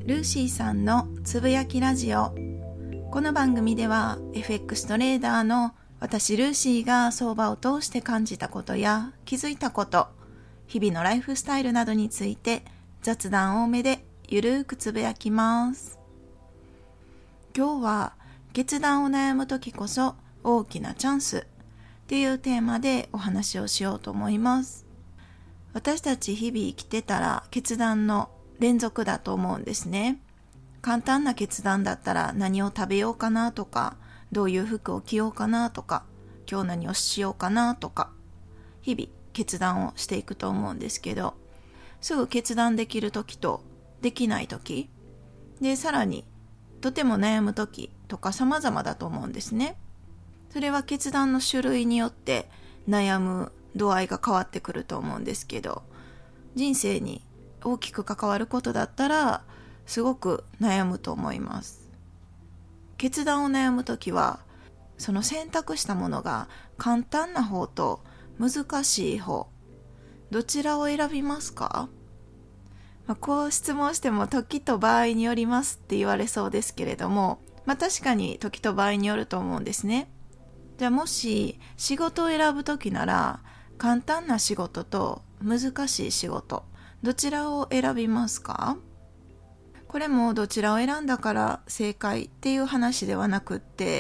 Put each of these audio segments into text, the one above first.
ルーシーさんのつぶやきラジオ。この番組では FX トレーダーの私ルーシーが相場を通して感じたことや気づいたこと、日々のライフスタイルなどについて雑談多めでゆるーくつぶやきます。今日は決断を悩むときこそ大きなチャンスっていうテーマでお話をしようと思います。私たち日々生きてたら決断の連続だと思うんですね。簡単な決断だったら何を食べようかなとか、どういう服を着ようかなとか、今日何をしようかなとか、日々決断をしていくと思うんですけど、すぐ決断できる時とできない時で、さらにとても悩む時とか様々だと思うんですね。それは決断の種類によって悩む度合いが変わってくると思うんですけど、人生に大きく関わることだったらすごく悩むと思います。決断を悩むときは、その選択したものが簡単な方と難しい方、どちらを選びますか？こう質問しても時と場合によりますって言われそうですけれども、確かに時と場合によると思うんですね。じゃあもし仕事を選ぶときなら、簡単な仕事と難しい仕事、どちらを選びますか？これもどちらを選んだから正解っていう話ではなくって、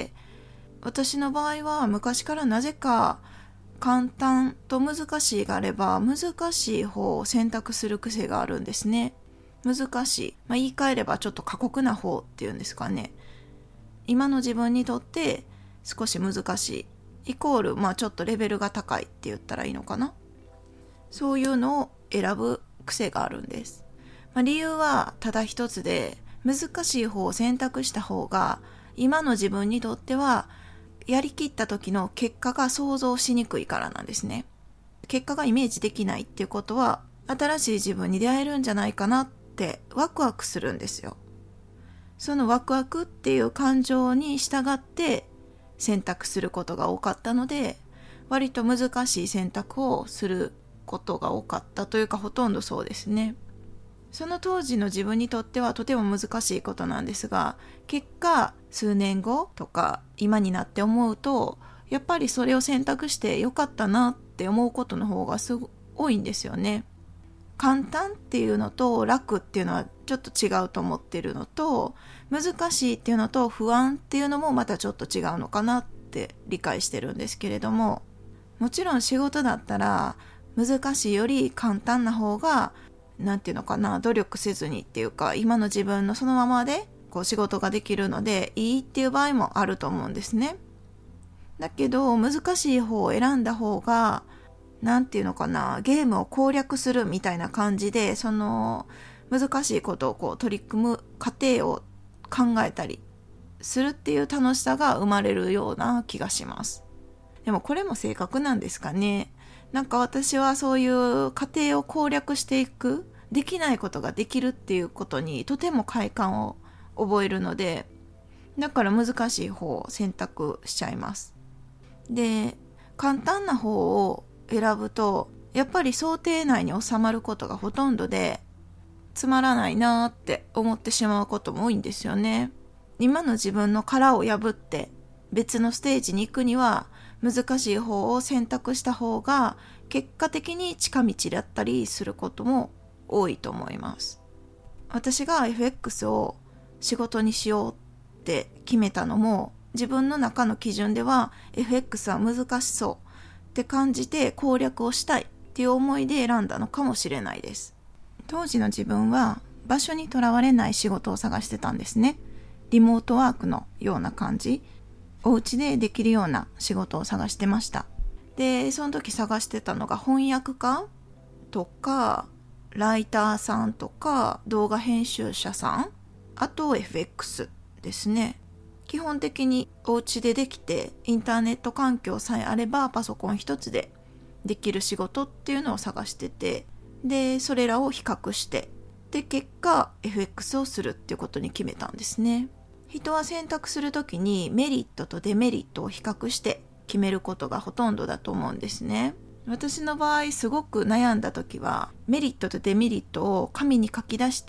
私の場合は昔からなぜか簡単と難しいがあれば難しい方を選択する癖があるんですね。難しい、言い換えればちょっと過酷な方っていうんですかね。今の自分にとって少し難しいイコールちょっとレベルが高いって言ったらいいのかな。そういうのを選ぶ癖があるんです。理由はただ一つで、難しい方を選択した方が今の自分にとってはやりきった時の結果が想像しにくいからなんですね。結果がイメージできないっていうことは、新しい自分に出会えるんじゃないかなってワクワクするんですよ。そのワクワクっていう感情に従って選択することが多かったので、割と難しい選択をすることが多かったというか、ほとんどそうですね。その当時の自分にとってはとても難しいことなんですが、結果数年後とか今になって思うと、やっぱりそれを選択してよかったなって思うことの方が多いんですよね。簡単っていうのと楽っていうのはちょっと違うと思ってるのと、難しいっていうのと不安っていうのもまたちょっと違うのかなって理解してるんですけれども、もちろん仕事だったら難しいより簡単な方が努力せずにっていうか、今の自分のそのままで仕事ができるのでいいっていう場合もあると思うんですね。だけど難しい方を選んだ方がゲームを攻略するみたいな感じで、その難しいことを取り組む過程を考えたりするっていう楽しさが生まれるような気がします。でもこれも性格なんですかね。私はそういう過程を攻略していく、できないことができるっていうことにとても快感を覚えるので、だから難しい方を選択しちゃいます。で、簡単な方を選ぶとやっぱり想定内に収まることがほとんどで、つまらないなーって思ってしまうことも多いんですよね。今の自分の殻を破って別のステージに行くには、難しい方を選択した方が結果的に近道だったりすることも多いと思います。私が FX を仕事にしようって決めたのも、自分の中の基準では FX は難しそうって感じて攻略をしたいっていう思いで選んだのかもしれないです。当時の自分は場所にとらわれない仕事を探してたんですね。リモートワークのような感じ、お家でできるような仕事を探してました。で、その時探してたのが翻訳家とかライターさんとか動画編集者さん、あと FX ですね。基本的にお家でできて、インターネット環境さえあればパソコン一つでできる仕事っていうのを探してて、でそれらを比較して、で結果 FX をするっていうことに決めたんですね。人は選択するときにメリットとデメリットを比較して決めることがほとんどだと思うんですね。私の場合すごく悩んだときは、メリットとデメリットを紙に書き出して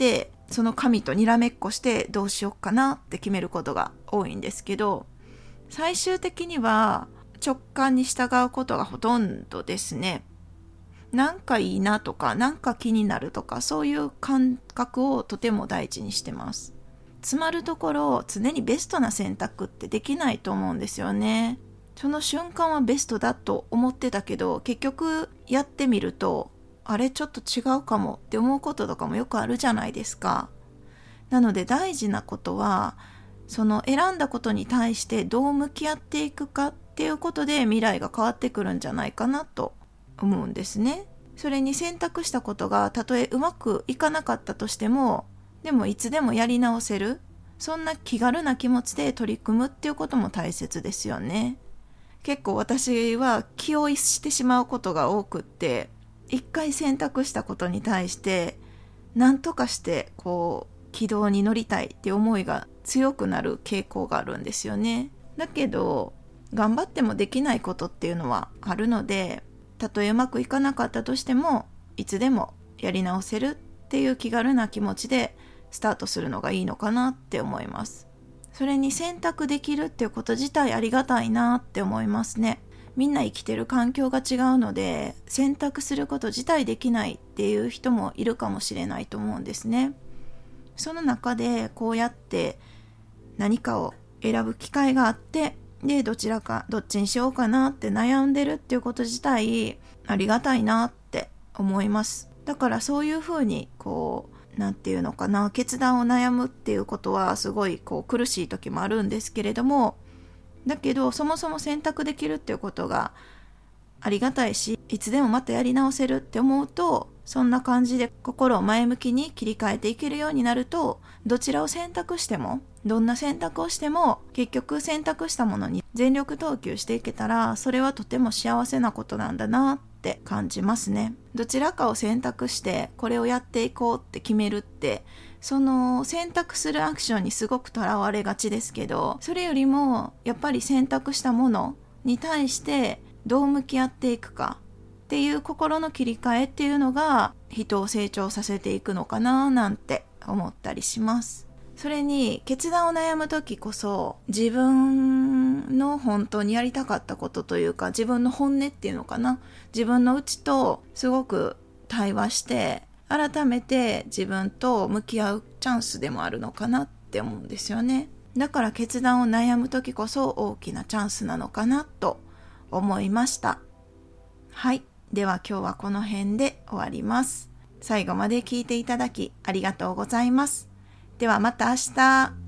その神とにらめっこしてどうしようかなって決めることが多いんですけど、最終的には直感に従うことがほとんどですね。なんかいいなとか、なんか気になるとか、そういう感覚をとても大事にしてます。つまるところ、常にベストな選択ってできないと思うんですよね。その瞬間はベストだと思ってたけど、結局やってみると、あれちょっと違うかもって思うこととかもよくあるじゃないですか。なので大事なことは、その選んだことに対してどう向き合っていくかっていうことで未来が変わってくるんじゃないかなと思うんですね。それに選択したことがたとえうまくいかなかったとしても、でもいつでもやり直せる、そんな気軽な気持ちで取り組むっていうことも大切ですよね。結構私は気負いしてしまうことが多くって、一回選択したことに対して何とかして軌道に乗りたいって思いが強くなる傾向があるんですよね。だけど頑張ってもできないことっていうのはあるので、たとえうまくいかなかったとしてもいつでもやり直せるっていう気軽な気持ちでスタートするのがいいのかなって思います。それに選択できるっていうこと自体ありがたいなって思いますね。みんな生きてる環境が違うので、選択すること自体できないっていう人もいるかもしれないと思うんですね。その中でこうやって何かを選ぶ機会があって、でどっちにしようかなって悩んでるっていうこと自体ありがたいなって思います。だからそういうふうになんていうのかな、決断を悩むっていうことはすごい苦しい時もあるんですけれども、だけどそもそも選択できるっていうことがありがたいし、いつでもまたやり直せるって思うと、そんな感じで心を前向きに切り替えていけるようになると、どちらを選択しても、どんな選択をしても結局選択したものに全力投球していけたら、それはとても幸せなことなんだなって感じますね。どちらかを選択してこれをやっていこうって決めるって、その選択するアクションにすごくとらわれがちですけど、それよりもやっぱり選択したものに対してどう向き合っていくかっていう心の切り替えっていうのが人を成長させていくのかななんて思ったりします。それに決断を悩む時こそ、自分の本当にやりたかったことというか、自分の本音っていうのかな、自分の内とすごく対話して改めて自分と向き合うチャンスでもあるのかなって思うんですよね。だから決断を悩む時こそ大きなチャンスなのかなと思いました。はい、では今日はこの辺で終わります。最後まで聞いていただきありがとうございます。ではまた明日。